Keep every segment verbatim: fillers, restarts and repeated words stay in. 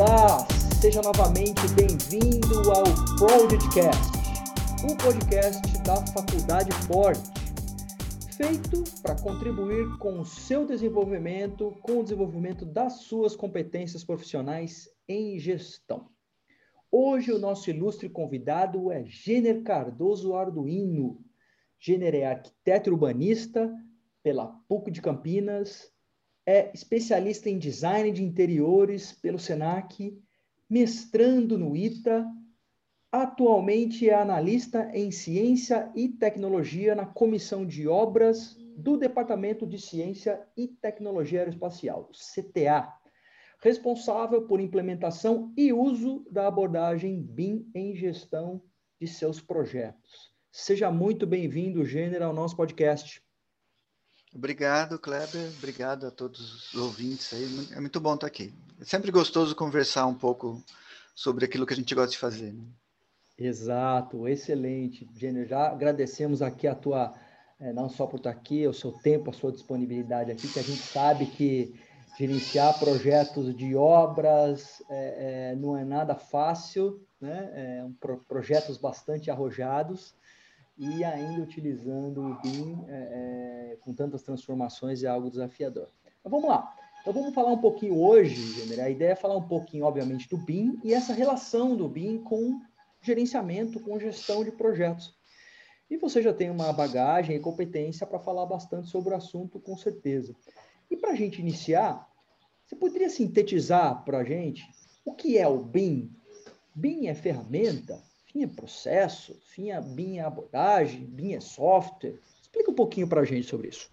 Olá, seja novamente bem-vindo ao Projectcast, o podcast da Faculdade Forte, feito para contribuir com o seu desenvolvimento, com o desenvolvimento das suas competências profissionais em gestão. Hoje o nosso ilustre convidado é Jenner Cardoso Arduino. Jenner é arquiteto urbanista pela P U C de Campinas, é especialista em design de interiores pelo Senac, mestrando no I T A, atualmente é analista em ciência e tecnologia na Comissão de Obras do Departamento de Ciência e Tecnologia Aeroespacial, C T A, responsável por implementação e uso da abordagem B I M em gestão de seus projetos. Seja muito bem-vindo, Jenner, ao nosso podcast. Obrigado, Kleber. Obrigado a todos os ouvintes aí. É muito bom estar aqui. É sempre gostoso conversar um pouco sobre aquilo que a gente gosta de fazer, né? Exato, excelente. Jenner, já agradecemos aqui a tua, é, não só por estar aqui, o seu tempo, a sua disponibilidade aqui, que a gente sabe que gerenciar projetos de obras é, é, não é nada fácil, né? É, um, pro, projetos bastante arrojados, e ainda utilizando o B I M é, é, com tantas transformações é algo desafiador. Mas vamos lá. Então vamos falar um pouquinho hoje, Jenner. A ideia é falar um pouquinho, obviamente, do B I M e essa relação do B I M com gerenciamento, com gestão de projetos. E você já tem uma bagagem e competência para falar bastante sobre o assunto, com certeza. E para a gente iniciar, você poderia sintetizar para a gente o que é o B I M? B I M é ferramenta? B I M é processo? B I M é abordagem? B I M é software? Explica um pouquinho para a gente sobre isso.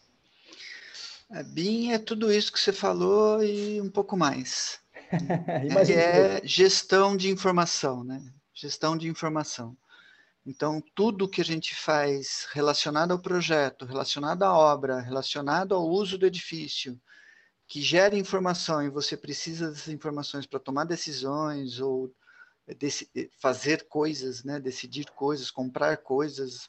A B I M é tudo isso que você falou e um pouco mais. mais um é pouco. Gestão de informação, né? Gestão de informação. Então, tudo que a gente faz relacionado ao projeto, relacionado à obra, relacionado ao uso do edifício, que gera informação e você precisa dessas informações para tomar decisões ou fazer coisas, né? Decidir coisas, comprar coisas,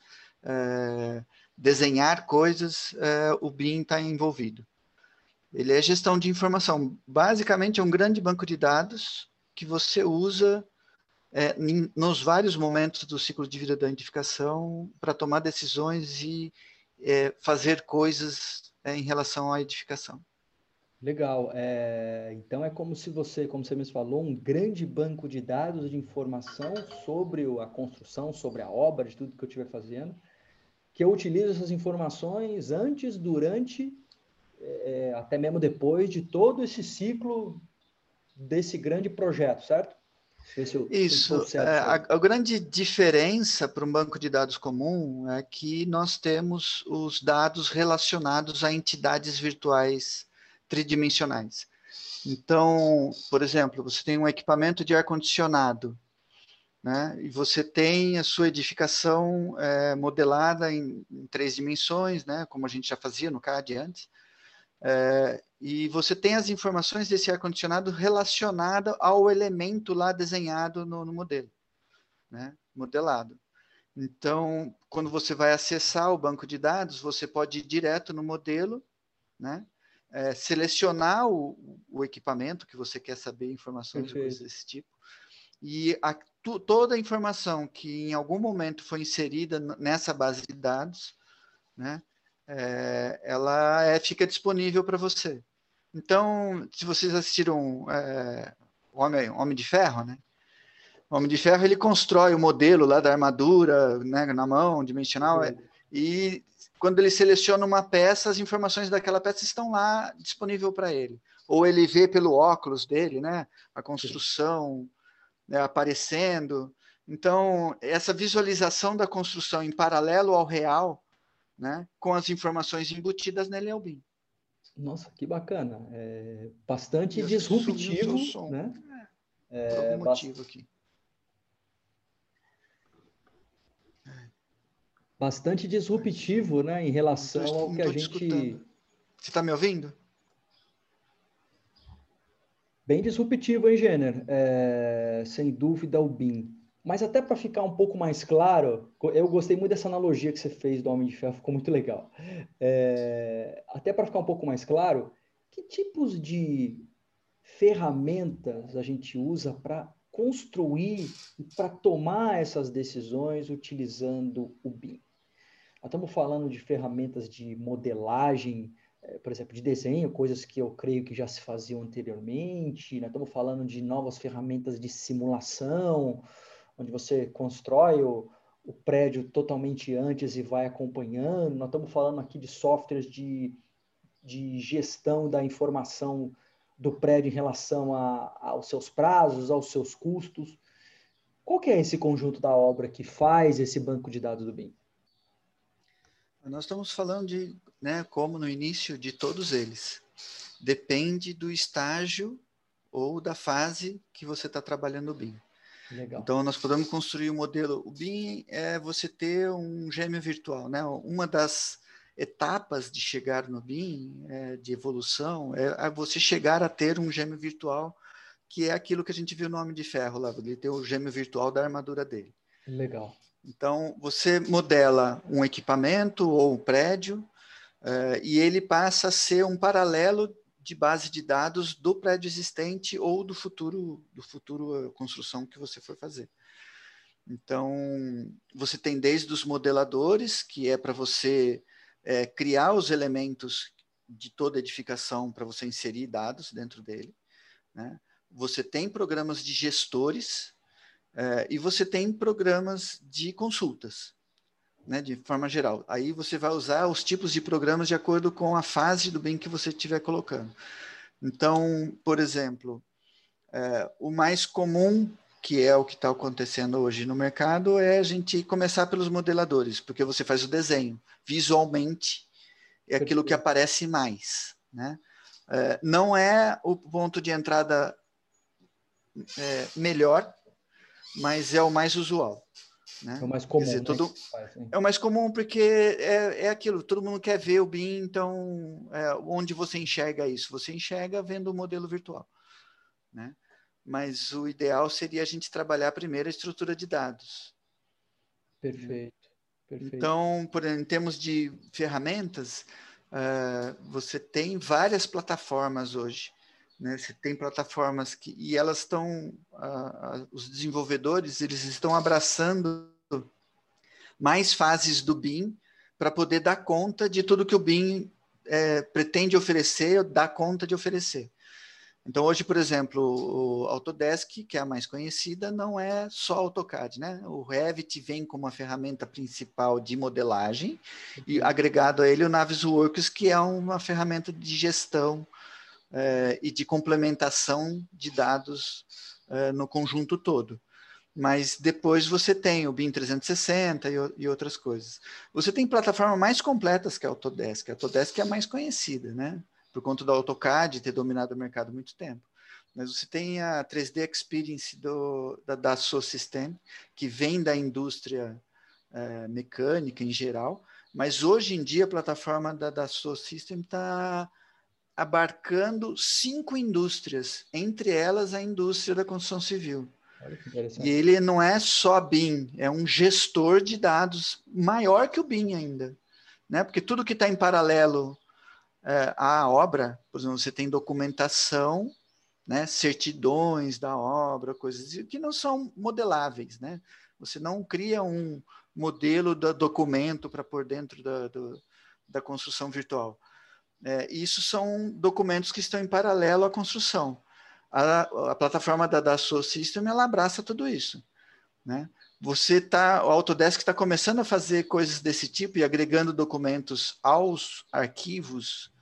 é, desenhar coisas, é, o B I M está envolvido. Ele é gestão de informação. Basicamente, é um grande banco de dados que você usa é, nos vários momentos do ciclo de vida da edificação para tomar decisões e é, fazer coisas é, em relação à edificação. Legal. É, então é como se você, como você mesmo falou, um grande banco de dados de informação sobre a construção, sobre a obra, de tudo que eu estiver fazendo, que eu utilizo essas informações antes, durante, é, até mesmo depois de todo esse ciclo desse grande projeto, certo? Se eu, se eu estou Isso. certo É, isso a, aí. a grande diferença para um banco de dados comum é que nós temos os dados relacionados a entidades virtuais tridimensionais. Então, por exemplo, você tem um equipamento de ar-condicionado, né? E você tem a sua edificação é, modelada em, em três dimensões, né? Como a gente já fazia no C A D antes. É, e você tem as informações desse ar-condicionado relacionada ao elemento lá desenhado no, no modelo, né? Modelado. Então, quando você vai acessar o banco de dados, você pode ir direto no modelo, né? É, selecionar o, o equipamento que você quer saber, informações ou coisas Perfeito. desse tipo, e a, tu, toda a informação que em algum momento foi inserida nessa base de dados, né, é, ela é, fica disponível para você. Então, se vocês assistiram é, Homem, Homem de Ferro, né? O Homem de Ferro, ele constrói o modelo lá da armadura, né, na mão, dimensional, Perfeito. e quando ele seleciona uma peça, as informações daquela peça estão lá disponível para ele. Ou ele vê pelo óculos dele, né, a construção, né, aparecendo. Então, essa visualização da construção em paralelo ao real, né, com as informações embutidas nele é o B I M. Nossa, que bacana. É E bastante eu acho que sumiu o seu disruptivo, som, né? por algum É, bast... motivo aqui. Bastante Mas disruptivo, né? Em não estou relação ao não que a tô te escutando. gente... Você está me ouvindo? Bem disruptivo, hein, Jenner? É, sem dúvida, o B I M. Mas até para ficar um pouco mais claro, eu gostei muito dessa analogia que você fez do Homem de Ferro, ficou muito legal. É, até para ficar um pouco mais claro, que tipos de ferramentas a gente usa para construir e para tomar essas decisões utilizando o B I M? Nós estamos falando de ferramentas de modelagem, por exemplo, de desenho, coisas que eu creio que já se faziam anteriormente. Nós estamos falando de novas ferramentas de simulação, onde você constrói o, o prédio totalmente antes e vai acompanhando. Nós estamos falando aqui de softwares de, de gestão da informação do prédio em relação a, aos seus prazos, aos seus custos. Qual que é esse conjunto da obra que faz esse banco de dados do B I M? Nós estamos falando de, né, como no início de todos eles, depende do estágio ou da fase que você está trabalhando o B I M. Legal. Então, nós podemos construir um modelo. O B I M é você ter um gêmeo virtual, né? Uma das etapas de chegar no B I M, é, de evolução, é você chegar a ter um gêmeo virtual, que é aquilo que a gente viu no Homem de Ferro lá, ele tem o gêmeo virtual da armadura dele. Legal. Então, você modela um equipamento ou um prédio, uh, e ele passa a ser um paralelo de base de dados do prédio existente ou do futuro, do futuro uh, construção que você for fazer. Então, você tem desde os modeladores, que é para você é, criar os elementos de toda edificação para você inserir dados dentro dele, né? Você tem programas de gestores, É, e você tem programas de consultas, né, de forma geral. Aí você vai usar os tipos de programas de acordo com a fase do bem que você estiver colocando. Então, por exemplo, é, o mais comum, que é o que está acontecendo hoje no mercado, é a gente começar pelos modeladores, porque você faz o desenho. Visualmente, é aquilo que aparece mais, né? É, não é o ponto de entrada é, melhor, mas é o mais usual, né? É o mais comum, Quer dizer, né? todo... É o mais comum porque é, é aquilo, todo mundo quer ver o B I M, então é, onde você enxerga isso? Você enxerga vendo o modelo virtual, né? Mas o ideal seria a gente trabalhar primeiro a estrutura de dados. Perfeito, né? Perfeito. Então, por, em termos de ferramentas, uh, você tem várias plataformas hoje, né? Você tem plataformas que, e elas estão, uh, uh, os desenvolvedores, eles estão abraçando mais fases do B I M para poder dar conta de tudo que o B I M é, pretende oferecer, dar conta de oferecer. Então, hoje, por exemplo, o Autodesk, que é a mais conhecida, não é só AutoCAD, né? O Revit vem como a ferramenta principal de modelagem, uhum, e agregado a ele o Navisworks, que é uma ferramenta de gestão é, e de complementação de dados é, no conjunto todo. Mas depois você tem o B I M trezentos e sessenta e, e outras coisas. Você tem plataformas mais completas que a Autodesk. A Autodesk é a mais conhecida, né? Por conta do AutoCAD ter dominado o mercado há muito tempo. Mas você tem a três D Experience do, da Dassault Systèmes, que vem da indústria é, mecânica em geral, mas hoje em dia a plataforma da Dassault Systèmes está abarcando cinco indústrias, entre elas a indústria da construção civil. Olha que interessante. E ele não é só B I M, é um gestor de dados maior que o B I M ainda, né? Porque tudo que está em paralelo é, à obra, por exemplo, você tem documentação, né? Certidões da obra, coisas que não são modeláveis, né? Você não cria um modelo do documento para pôr dentro da, do, da construção virtual. É, isso são documentos que estão em paralelo à construção. A, a plataforma da Dassault Systèmes, ela abraça tudo isso, né? Você tá, o Autodesk está começando a fazer coisas desse tipo e agregando documentos aos arquivos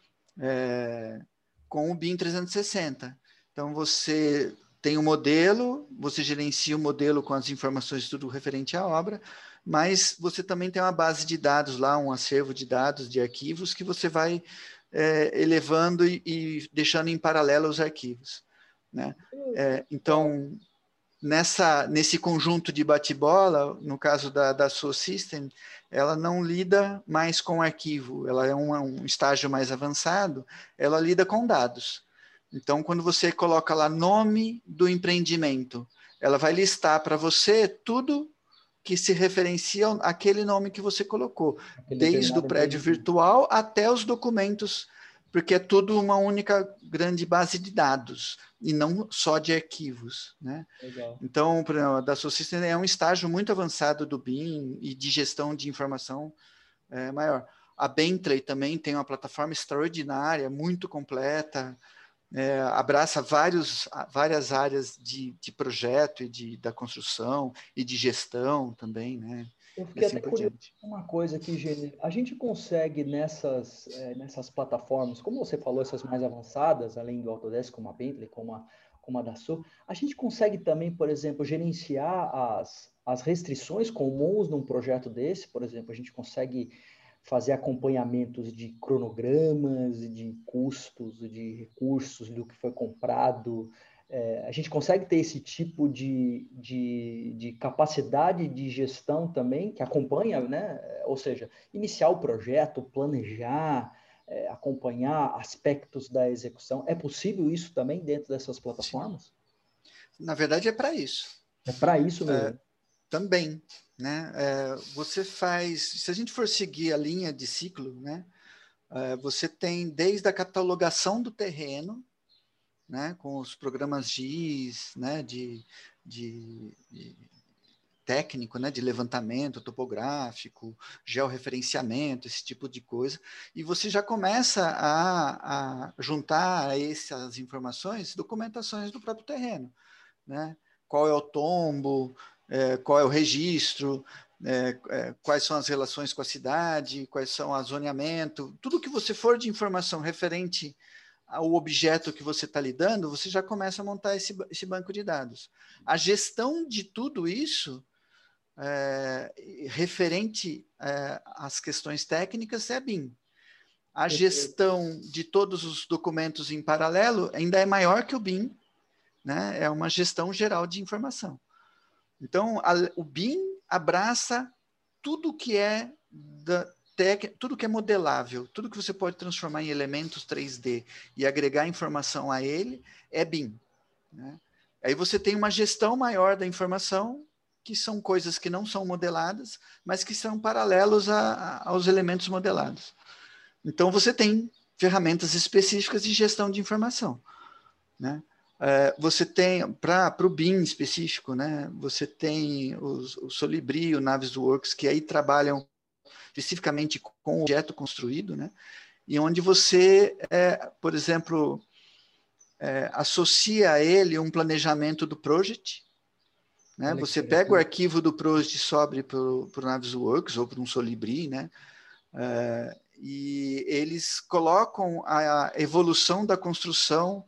é, com o B I M trezentos e sessenta. Então, você tem um modelo, você gerencia o modelo com as informações tudo referente à obra, mas você também tem uma base de dados lá, um acervo de dados, de arquivos, que você vai é, elevando e, e deixando em paralelo os arquivos, né? É, então, nessa, nesse conjunto de bate-bola, no caso da, da Dassault Systèmes, ela não lida mais com arquivo, ela é um, um estágio mais avançado, ela lida com dados. Então, quando você coloca lá nome do empreendimento, ela vai listar para você tudo que se referencia àquele nome que você colocou, aquele desde o prédio virtual até os documentos porque é tudo uma única grande base de dados, e não só de arquivos, né? Legal. Então, por exemplo, a Dassault Systèmes é um estágio muito avançado do B I M e de gestão de informação é, maior. A Bentley também tem uma plataforma extraordinária, muito completa, é, abraça vários, várias áreas de, de projeto e de, da construção e de gestão também, né? Eu E fiquei assim até por curioso diante. com uma coisa aqui, Gênero. A gente consegue nessas, eh, nessas plataformas, como você falou, essas mais avançadas, além do Autodesk, como a Bentley, como a, como a Dassault, a gente consegue também, por exemplo, gerenciar as, as restrições comuns num projeto desse? Por exemplo, a gente consegue fazer acompanhamentos de cronogramas, de custos, de recursos, do que foi comprado. É, a gente consegue ter esse tipo de, de, de capacidade de gestão também, que acompanha, né? Ou seja, iniciar o projeto, planejar, é, acompanhar aspectos da execução. É possível isso também dentro dessas Sim. plataformas? Na verdade, é para isso. É para isso mesmo. É, também, né? É, você faz, se a gente for seguir a linha de ciclo, né? É, você tem desde a catalogação do terreno, né? Com os programas G I S, né? De, de, de técnico, né? De levantamento topográfico, georreferenciamento, esse tipo de coisa, e você já começa a, a juntar a essas informações documentações do próprio terreno, né? Qual é o tombo, é, qual é o registro, é, é, quais são as relações com a cidade, quais são o zoneamento, tudo que você for de informação referente ao objeto que você está lidando, você já começa a montar esse, esse banco de dados. A gestão de tudo isso, é, referente é, às questões técnicas, é a B I M. A gestão de todos os documentos em paralelo ainda é maior que o B I M, né? É uma gestão geral de informação. Então, a, o B I M abraça tudo que é da tec, tudo que é modelável, tudo que você pode transformar em elementos três D e agregar informação a ele, é B I M, né? Aí você tem uma gestão maior da informação, que são coisas que não são modeladas, mas que são paralelos a, a, aos elementos modelados. Então, você tem ferramentas específicas de gestão de informação, né? É, você tem, para o B I M específico, né, você tem os, o Solibri, o Navisworks, que aí trabalham especificamente com o objeto construído, né, e onde você, é, por exemplo, é, associa a ele um planejamento do project, né, você pega o arquivo do project e sobe para o Navisworks ou para um Solibri, né, é, e eles colocam a evolução da construção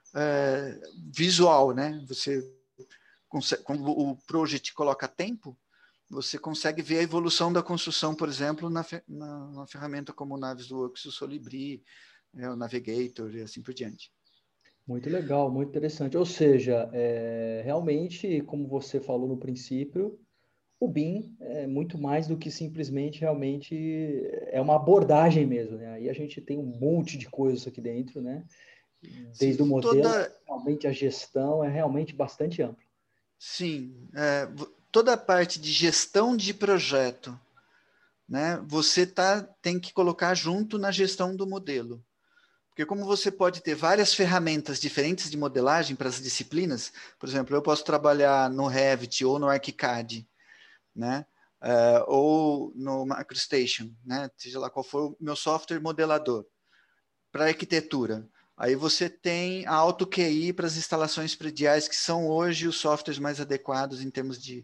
É, visual, né? Você consegue, quando o project coloca tempo, você consegue ver a evolução da construção, por exemplo, na, na, na ferramenta como o Navisworks, o Solibri, é, o Navigator e assim por diante. Muito legal, muito interessante. Ou seja, é, realmente, como você falou no princípio, o B I M é muito mais do que simplesmente realmente é uma abordagem mesmo, né? Aí a gente tem um monte de coisas aqui dentro, né? Desde o Sim, modelo, toda, realmente a gestão é realmente bastante ampla. sim, é, toda a parte de gestão de projeto, né? Você tá, tem que colocar junto na gestão do modelo. Porque como você pode ter várias ferramentas diferentes de modelagem para as disciplinas, por exemplo, eu posso trabalhar no Revit ou no ArchiCAD, né? Uh, ou no MicroStation, né? Seja lá qual for o meu software modelador. Para arquitetura, aí você tem a AutoQI para as instalações prediais, que são hoje os softwares mais adequados em termos de,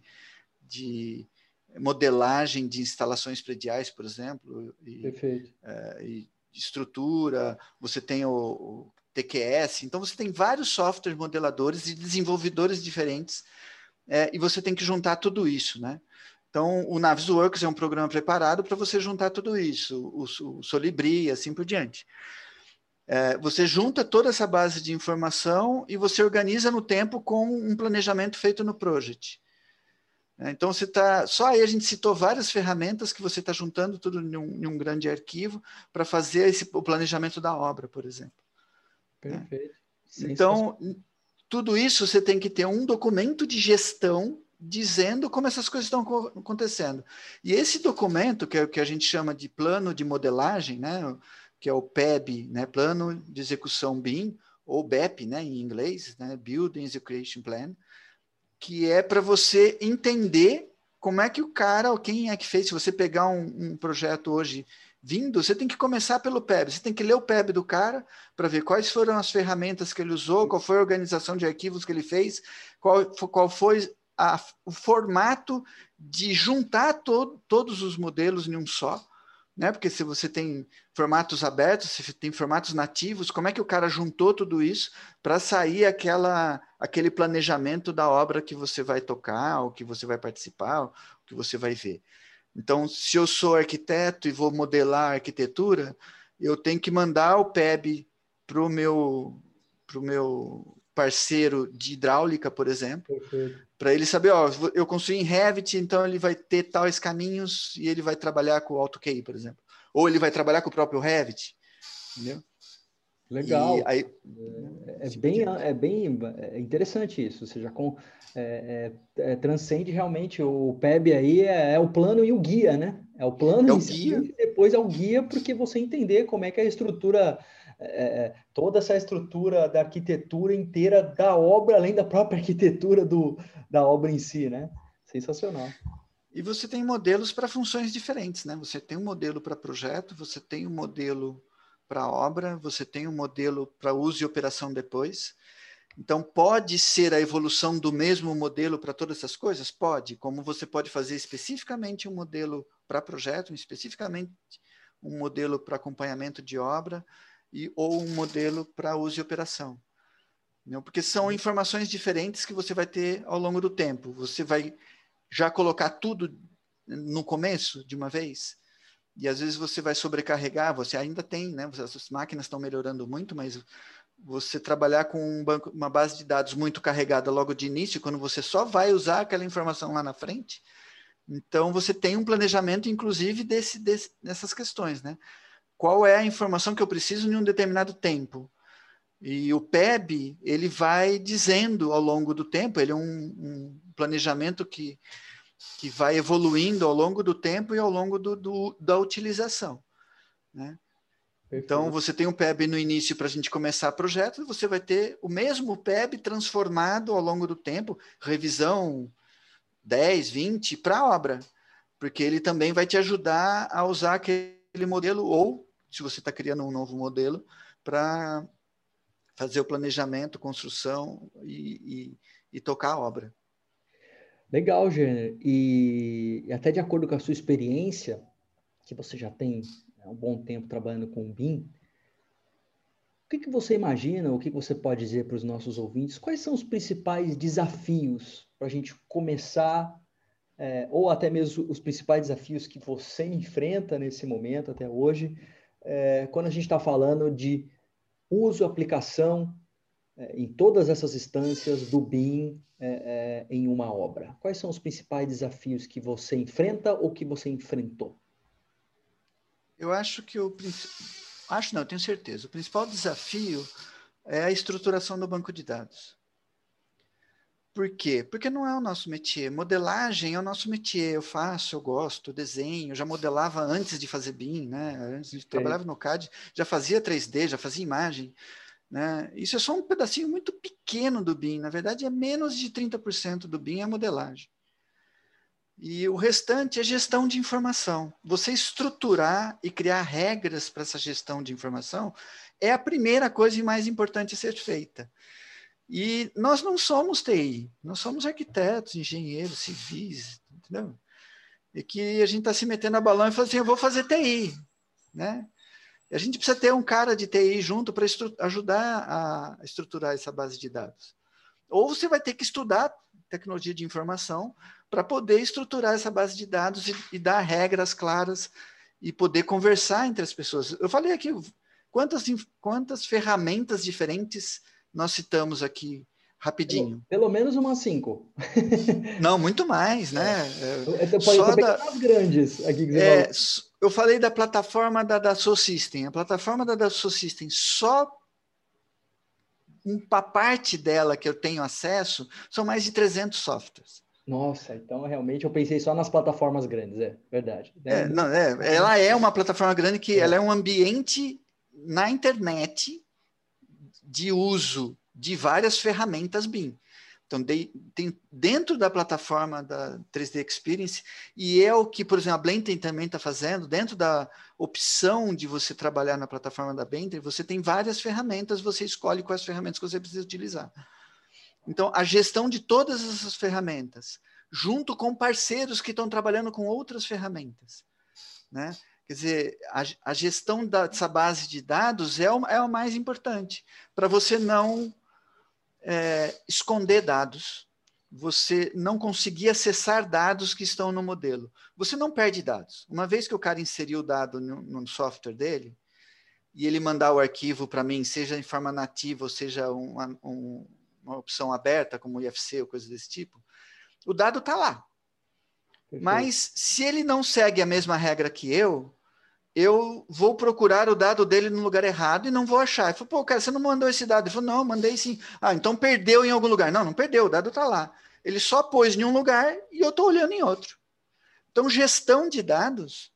de modelagem de instalações prediais, por exemplo, e, Perfeito. uh, e estrutura, você tem o, o T Q S, então você tem vários softwares modeladores e desenvolvedores diferentes, é, e você tem que juntar tudo isso, né? Então, o Navisworks é um programa preparado para você juntar tudo isso, o, o Solibri e assim por diante. É, você junta toda essa base de informação e você organiza no tempo com um planejamento feito no project. Então, você tá, só aí a gente citou várias ferramentas que você está juntando tudo em um, em um grande arquivo para fazer esse, o planejamento da obra, por exemplo. Perfeito. Né? Então, tudo isso você tem que ter um documento de gestão dizendo como essas coisas estão acontecendo. E esse documento, que é o que a gente chama de plano de modelagem, né, que é o P E B, né? Plano de Execução B I M, ou B E P, né? Em inglês, né? Building Execution Plan, que é para você entender como é que o cara, ou quem é que fez, se você pegar um, um projeto hoje vindo, você tem que começar pelo P E B, você tem que ler o P E B do cara para ver quais foram as ferramentas que ele usou, qual foi a organização de arquivos que ele fez, qual, qual foi a, o formato de juntar to, todos os modelos em um só, né? Porque se você tem formatos abertos, se tem formatos nativos, como é que o cara juntou tudo isso para sair aquela, aquele planejamento da obra que você vai tocar, ou que você vai participar, ou que você vai ver. Então, se eu sou arquiteto e vou modelar a arquitetura, eu tenho que mandar o P E B para o meu, pro meu parceiro de hidráulica, por exemplo, para ele saber, ó, eu construí em Revit, então ele vai ter tais caminhos e ele vai trabalhar com o AutoCAD, por exemplo. Ou ele vai trabalhar com o próprio Revit, entendeu? Legal. E aí, é, é, bem, é bem é interessante isso. Ou seja, com, é, é, é, transcende realmente o P E B aí, é, é o plano e o guia, né? É o plano é em o si, guia. e depois é o guia, porque você entender como é que é a estrutura, é, toda essa estrutura da arquitetura inteira da obra, além da própria arquitetura do, da obra em si, né? Sensacional. E você tem modelos para funções diferentes, né? Você tem um modelo para projeto, você tem um modelo para obra, você tem um modelo para uso e operação depois. Então, pode ser a evolução do mesmo modelo para todas essas coisas? Pode. Como você pode fazer especificamente um modelo para projeto, especificamente um modelo para acompanhamento de obra, e, ou um modelo para uso e operação. Não? Porque são informações diferentes que você vai ter ao longo do tempo. Você vai já colocar tudo no começo de uma vez, e às vezes você vai sobrecarregar, você ainda tem, né? As máquinas estão melhorando muito, mas você trabalhar com um banco, uma base de dados muito carregada logo de início, quando você só vai usar aquela informação lá na frente, então você tem um planejamento, inclusive, desse, desse, dessas questões, né? Qual é a informação que eu preciso em um determinado tempo? E o P E B, ele vai dizendo ao longo do tempo, ele é um, um planejamento que, que vai evoluindo ao longo do tempo e ao longo do, do, da utilização, né? Perfeito. Então, você tem um P E B no início para a gente começar projeto, e você vai ter o mesmo P E B transformado ao longo do tempo, revisão dez, vinte, para a obra, porque ele também vai te ajudar a usar aquele modelo, ou, se você está criando um novo modelo, para fazer o planejamento, construção e, e, e tocar a obra. Legal, Gêner. E até de acordo com a sua experiência, que você já tem há um bom tempo trabalhando com o B I M, o que, que você imagina, o que você pode dizer para os nossos ouvintes? Quais são os principais desafios para a gente começar, é, ou até mesmo os principais desafios que você enfrenta nesse momento, até hoje, é, quando a gente está falando de uso, aplicação, é, em todas essas instâncias do B I M é, é, em uma obra? Quais são os principais desafios que você enfrenta ou que você enfrentou? Eu acho que o acho não, eu tenho certeza. O principal desafio é a estruturação do banco de dados. Por quê? Porque não é o nosso métier. Modelagem é o nosso métier. Eu faço, eu gosto, eu desenho. Eu já modelava antes de fazer B I M, né? Antes de trabalhava no C A D, já fazia três D, já fazia imagem, né? Isso é só um pedacinho muito pequeno do B I M. Na verdade, é menos de trinta por cento do B I M é modelagem. E o restante é gestão de informação. Você estruturar e criar regras para essa gestão de informação é a primeira coisa e mais importante a ser feita. E nós não somos T I, nós somos arquitetos, engenheiros, civis, entendeu? E que a gente está se metendo a balão e falando assim, eu vou fazer T I, né? E a gente precisa ter um cara de T I junto para ajudar a estruturar essa base de dados. Ou você vai ter que estudar tecnologia de informação para poder estruturar essa base de dados e, e dar regras claras e poder conversar entre as pessoas. Eu falei aqui, quantas, quantas ferramentas diferentes nós citamos aqui rapidinho? Pelo, pelo menos umas cinco. Não, muito mais, né? É. Eu estou pegando as grandes aqui que você é, falou. Eu falei da plataforma da Dassault System. A plataforma da Dassault System, só uma parte dela que eu tenho acesso, são mais de trezentos softwares. Nossa, então realmente eu pensei só nas plataformas grandes, é verdade. É, não, é, ela é uma plataforma grande que é. ela é um ambiente na internet de uso de várias ferramentas B I M. Então, de, tem dentro da plataforma da três D Experience, e é o que, por exemplo, a Blender também está fazendo, dentro da opção de você trabalhar na plataforma da Blender, você tem várias ferramentas, você escolhe quais ferramentas que você precisa utilizar. Então, a gestão de todas essas ferramentas, junto com parceiros que estão trabalhando com outras ferramentas, né? Quer dizer, a, a gestão dessa base de dados é o, é o mais importante, para você não é, esconder dados, você não conseguir acessar dados que estão no modelo. Você não perde dados. Uma vez que o cara inseriu o dado no, no software dele, e ele mandar o arquivo para mim, seja em forma nativa, ou seja uma, um, uma opção aberta, como o I F C ou coisa desse tipo, o dado está lá. Perfeito. Mas se ele não segue a mesma regra que eu, eu vou procurar o dado dele no lugar errado e não vou achar. Ele falou, pô, cara, você não mandou esse dado? Ele falou, não, mandei sim. Ah, então perdeu em algum lugar. Não, não perdeu, o dado está lá. Ele só pôs em um lugar e eu estou olhando em outro. Então, gestão de dados,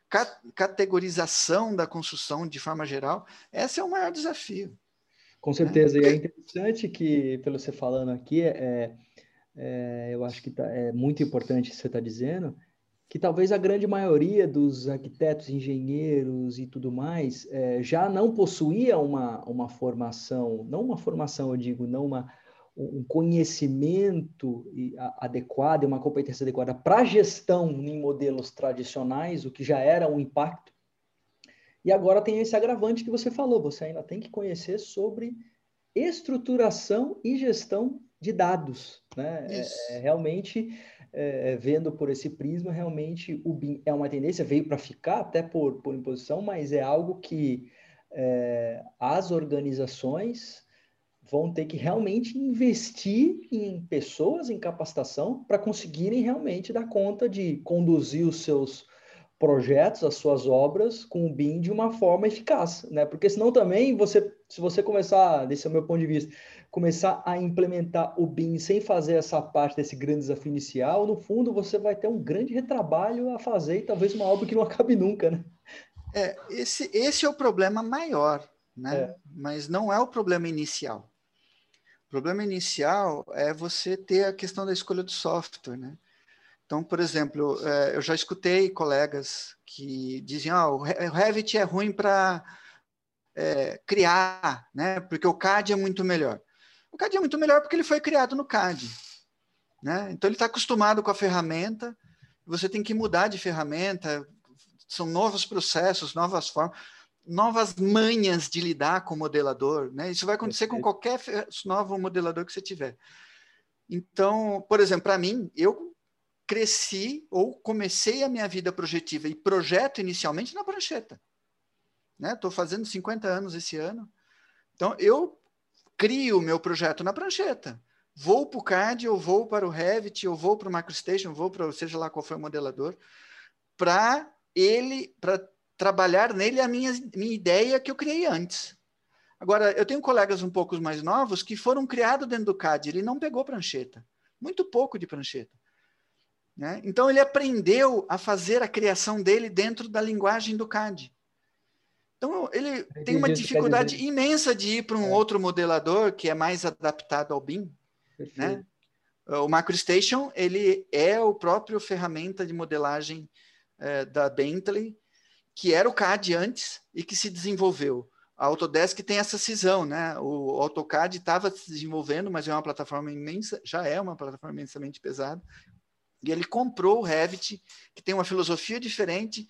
categorização da construção de forma geral, esse é o maior desafio. Com certeza, né? E é interessante que, pelo você falando aqui, é, é, eu acho que tá, é muito importante o que você está dizendo, que talvez a grande maioria dos arquitetos, engenheiros e tudo mais é, já não possuía uma, uma formação, não uma formação, eu digo, não uma, um conhecimento adequado e uma competência adequada para gestão em modelos tradicionais, o que já era um impacto. E agora tem esse agravante que você falou, você ainda tem que conhecer sobre estruturação e gestão de dados, né? É, é, realmente, é, vendo por esse prisma, realmente o B I M é uma tendência, veio para ficar até por, por imposição, mas é algo que é, as organizações vão ter que realmente investir em pessoas, em capacitação, para conseguirem realmente dar conta de conduzir os seus projetos, as suas obras com o B I M de uma forma eficaz, né? Porque senão também, você, se você começar, desse é o meu ponto de vista, começar a implementar o B I M sem fazer essa parte desse grande desafio inicial, no fundo você vai ter um grande retrabalho a fazer e talvez uma obra que não acabe nunca, né? É, esse, esse é o problema maior, né? É. Mas não é o problema inicial. O problema inicial é você ter a questão da escolha do software, né? Então, por exemplo, eu já escutei colegas que diziam ah, o Revit é ruim para é, criar, né? Porque o C A D é muito melhor. O C A D é muito melhor porque ele foi criado no C A D, né? Então, ele está acostumado com a ferramenta, você tem que mudar de ferramenta, são novos processos, novas formas, novas manhas de lidar com o modelador, né? Isso vai acontecer com qualquer novo modelador que você tiver. Então, por exemplo, para mim, eu cresci ou comecei a minha vida projetiva e projeto inicialmente na prancheta. Estou né? fazendo cinquenta anos esse ano. Então, eu crio o meu projeto na prancheta. Vou para o C A D, eu vou para o Revit, eu vou para o MicroStation, eu vou para seja lá qual for o modelador, para ele, para trabalhar nele a minha, minha ideia que eu criei antes. Agora, eu tenho colegas um pouco mais novos que foram criados dentro do C A D, ele não pegou prancheta. Muito pouco de prancheta. Né? Então, ele aprendeu a fazer a criação dele dentro da linguagem do C A D. Então, ele tem uma dificuldade imensa de ir para um é. outro modelador que é mais adaptado ao B I M. Né? O MicroStation, ele é o próprio ferramenta de modelagem é, da Bentley, que era o C A D antes e que se desenvolveu. A Autodesk tem essa cisão, né? O AutoCAD estava se desenvolvendo, mas é uma plataforma imensa, já é uma plataforma imensamente pesada. E ele comprou o Revit, que tem uma filosofia diferente,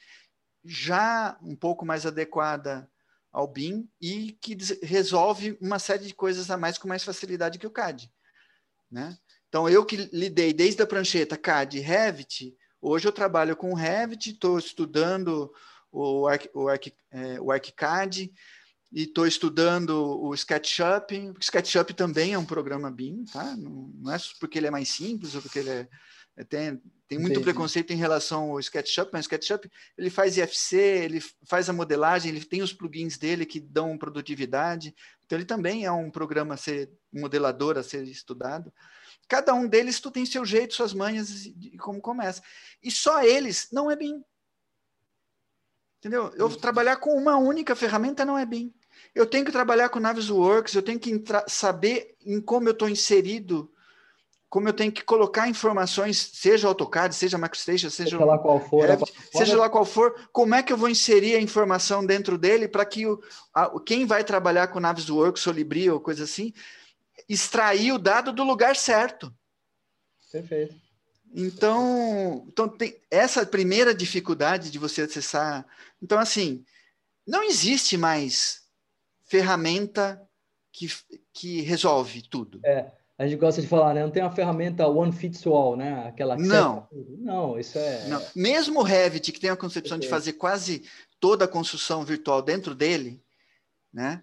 já um pouco mais adequada ao B I M e que resolve uma série de coisas a mais com mais facilidade que o C A D. Né? Então, eu que lidei desde a prancheta C A D e Revit, hoje eu trabalho com o Revit, estou estudando o, Arc, o, Arc, é, o ArchiCAD e estou estudando o SketchUp. O SketchUp também é um programa B I M, tá? Não, não é porque ele é mais simples ou porque ele é Tem, tem muito Entendi. preconceito em relação ao SketchUp, mas o SketchUp ele faz I F C, ele faz a modelagem, ele tem os plugins dele que dão produtividade, então ele também é um programa a ser, um modelador a ser estudado. Cada um deles tu tem seu jeito, suas manhas e como começa. E só eles não é B I M. Entendeu? Eu trabalhar com uma única ferramenta não é B I M. Eu tenho que trabalhar com Navisworks, eu tenho que saber em como eu estou inserido, como eu tenho que colocar informações, seja AutoCAD, seja MicroStation, seja, seja lá qual for, Revit, seja lá qual for, como é que eu vou inserir a informação dentro dele para que o, a, quem vai trabalhar com Navisworks, Solibri ou coisa assim, extrair o dado do lugar certo. Perfeito. Então, então tem essa primeira dificuldade de você acessar. Então, assim, não existe mais ferramenta que, que resolve tudo. É, a gente gosta de falar, né? Não tem uma ferramenta one fits all, né? Aquela que serve pra Não. tudo. Não, isso é... Não. Mesmo o Revit, que tem a concepção de fazer quase toda a construção virtual dentro dele, né?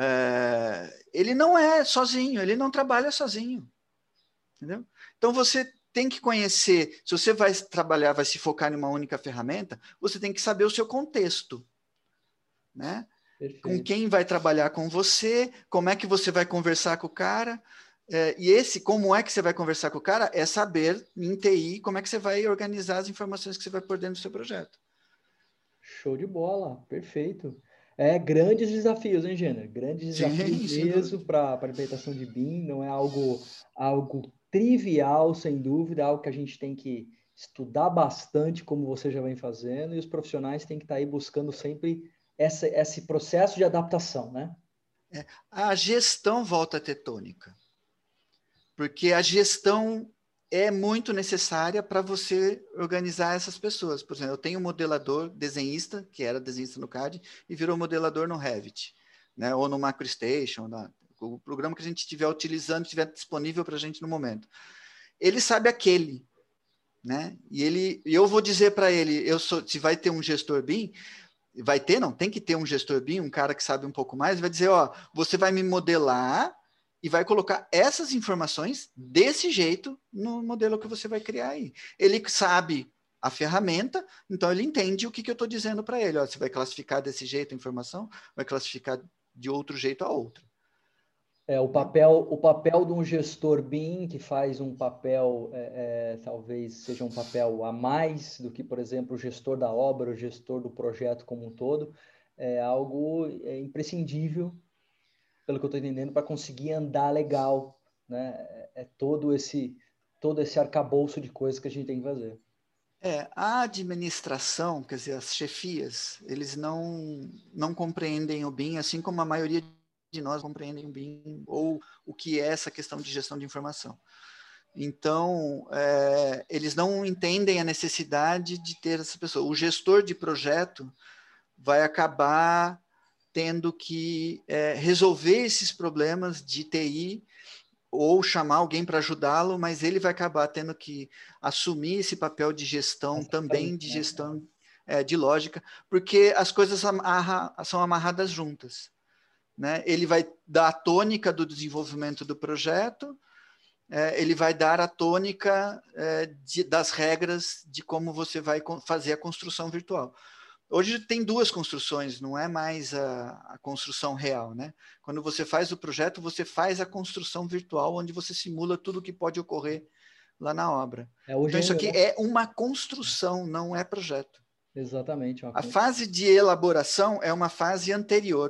É, ele não é sozinho, ele não trabalha sozinho. Entendeu? Então, você tem que conhecer, se você vai trabalhar, vai se focar em uma única ferramenta, você tem que saber o seu contexto, né? Perfeito. Com quem vai trabalhar com você, como é que você vai conversar com o cara, é, e esse, como é que você vai conversar com o cara, é saber em T I como é que você vai organizar as informações que você vai pôr dentro do seu projeto. Show de bola, perfeito. É, grandes desafios, hein, Jenner? Grandes desafios Sim, mesmo para a implementação de B I M, não é algo, algo trivial, sem dúvida, algo que a gente tem que estudar bastante, como você já vem fazendo, e os profissionais têm que estar aí buscando sempre essa, esse processo de adaptação, né? É, a gestão volta a ter tônica, porque a gestão é muito necessária para você organizar essas pessoas. Por exemplo, eu tenho um modelador desenhista, que era desenhista no C A D, e virou modelador no Revit, né? Ou no MicroStation, na, o programa que a gente estiver utilizando, estiver disponível para a gente no momento. Ele sabe aquele, né? E ele, e eu vou dizer para ele, eu sou, se vai ter um gestor B I M, vai ter, não, tem que ter um gestor B I M, um cara que sabe um pouco mais, vai dizer, ó, você vai me modelar e vai colocar essas informações desse jeito no modelo que você vai criar aí. Ele sabe a ferramenta, então ele entende o que, que eu estou dizendo para ele. Ó, você vai classificar desse jeito a informação, vai classificar de outro jeito a outra. É, o papel, o papel de um gestor B I M que faz um papel, é, é, talvez seja um papel a mais do que, por exemplo, o gestor da obra, o gestor do projeto como um todo, é algo é, imprescindível, pelo que eu estou entendendo, para conseguir andar legal, né? É, é todo esse, todo esse arcabouço de coisas que a gente tem que fazer. É, a administração, quer dizer, as chefias, eles não, não compreendem o B I M, assim como a maioria de nós compreendem o B I M, ou o que é essa questão de gestão de informação. Então, é, eles não entendem a necessidade de ter essa pessoa. O gestor de projeto vai acabar tendo que é, resolver esses problemas de T I ou chamar alguém para ajudá-lo, mas ele vai acabar tendo que assumir esse papel de gestão, Essa também frente, de né? gestão é, de lógica, porque as coisas amarra, são amarradas juntas. Né? Ele vai dar a tônica do desenvolvimento do projeto, é, ele vai dar a tônica é, de, das regras de como você vai fazer a construção virtual. Hoje tem duas construções, não é mais a, a construção real, né? Quando você faz o projeto, você faz a construção virtual, onde você simula tudo o que pode ocorrer lá na obra. É, hoje então, isso ainda, aqui né? é uma construção, não é projeto. Exatamente. Uma a fase de elaboração é uma fase anterior,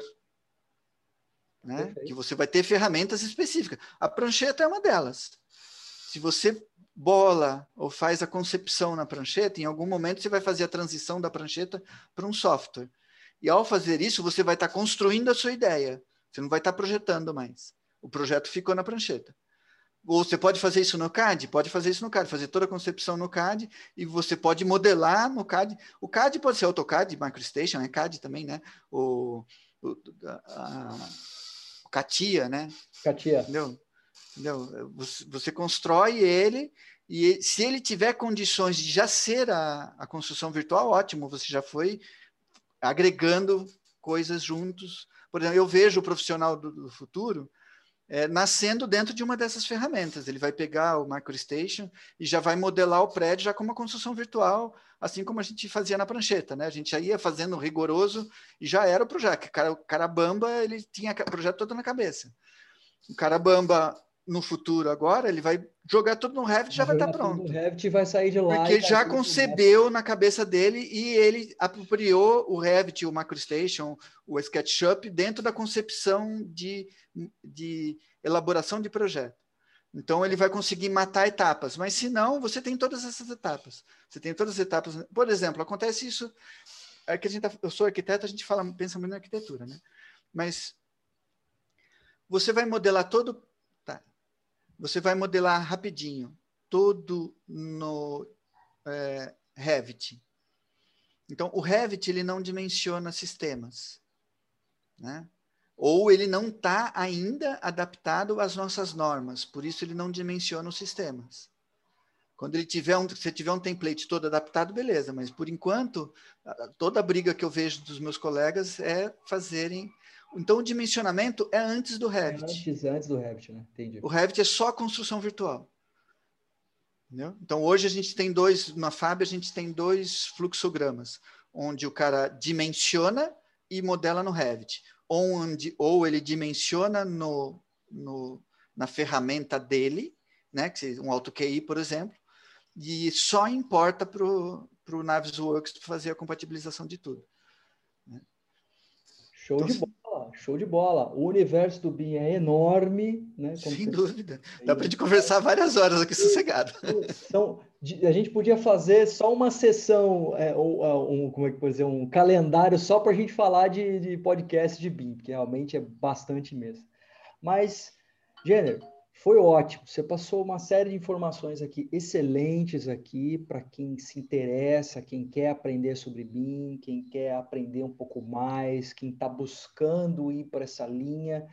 né? Que você vai ter ferramentas específicas. A prancheta é uma delas. Se você bola ou faz a concepção na prancheta, em algum momento você vai fazer a transição da prancheta para um software. E ao fazer isso, você vai estar construindo a sua ideia. Você não vai estar projetando mais. O projeto ficou na prancheta. Ou você pode fazer isso no C A D? Pode fazer isso no C A D, fazer toda a concepção no C A D, e você pode modelar no C A D. O C A D pode ser AutoCAD, MicroStation, é C A D também, né? O, o, a, o CATIA, né? CATIA. Entendeu? Entendeu? Você, você constrói ele, e se ele tiver condições de já ser a, a construção virtual, ótimo, você já foi agregando coisas juntos. Por exemplo, eu vejo o profissional do, do futuro é, nascendo dentro de uma dessas ferramentas. Ele vai pegar o MicroStation e já vai modelar o prédio já como uma construção virtual, assim como a gente fazia na prancheta, né? A gente já ia fazendo rigoroso e já era o projeto. O cara, o cara bamba, ele tinha o projeto todo na cabeça. O cara bamba no futuro agora, ele vai jogar tudo no Revit e já vai estar pronto. No Revit vai sair de lá. Porque já concebeu na cabeça dele e ele apropriou o Revit, o MacroStation, o SketchUp dentro da concepção de, de elaboração de projeto. Então, ele vai conseguir matar etapas. Mas, se não, você tem todas essas etapas. Você tem todas as etapas. Por exemplo, acontece isso... É que a gente tá, eu sou arquiteto, a gente fala, pensa muito na arquitetura, né? Mas você vai modelar todo... Tá. Você vai modelar rapidinho todo no é, Revit. Então, o Revit ele não dimensiona sistemas, né? Ou ele não está ainda adaptado às nossas normas, por isso ele não dimensiona os sistemas. Quando ele tiver um, se tiver um template todo adaptado, beleza, mas por enquanto, toda a briga que eu vejo dos meus colegas é fazerem... Então, o dimensionamento é antes do Revit. É antes, antes do Revit, né? Entendi. O Revit é só construção virtual. Entendeu? Então, hoje a gente tem dois, na Fab, a gente tem dois fluxogramas, onde o cara dimensiona e modela no Revit. Onde, ou ele dimensiona no, no, na ferramenta dele, né, que um AutoQI, por exemplo, e só importa para o Navisworks para fazer a compatibilização de tudo. Né? Show então, de bola, show de bola. O universo do B I M é enorme, né? Como sem você... dúvida. Dá para a gente conversar várias horas aqui sossegado. Então, a gente podia fazer só uma sessão, é, ou, um, como é que pode dizer, um calendário só para a gente falar de, de podcast de B I M, que realmente é bastante mesmo. Mas, Jenner, foi ótimo. Você passou uma série de informações aqui, excelentes aqui, para quem se interessa, quem quer aprender sobre B I M, quem quer aprender um pouco mais, quem está buscando ir para essa linha,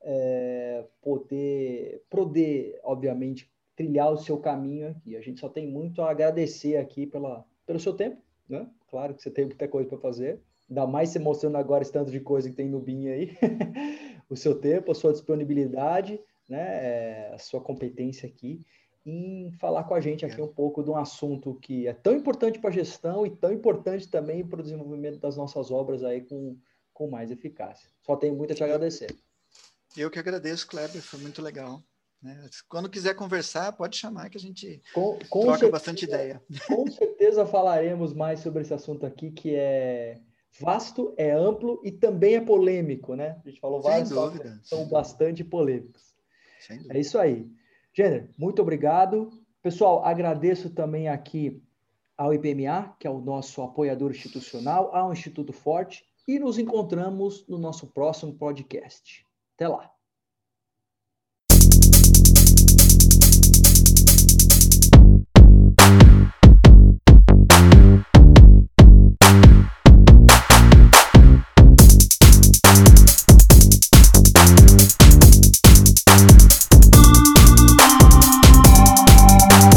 é, poder, poder, obviamente, trilhar o seu caminho aqui. A gente só tem muito a agradecer aqui pela, pelo seu tempo, né? Claro que você tem muita coisa para fazer, ainda mais você mostrando agora esse tanto de coisa que tem no B I M aí, o seu tempo, a sua disponibilidade, né, a sua competência aqui em falar com a gente aqui um pouco de um assunto que é tão importante para a gestão e tão importante também para o desenvolvimento das nossas obras aí com, com mais eficácia. Só tenho muito a te agradecer. Eu que agradeço, Kleber, foi muito legal. Né? Quando quiser conversar, pode chamar que a gente com, com troca certeza, bastante ideia. Com certeza falaremos mais sobre esse assunto aqui, que é vasto, é amplo e também é polêmico, né? A gente falou vários tópicos que são bastante polêmicos. É isso aí. Jenner, muito obrigado. Pessoal, agradeço também aqui ao I P M A, que é o nosso apoiador institucional, ao Instituto Forte, e nos encontramos no nosso próximo podcast. Até lá.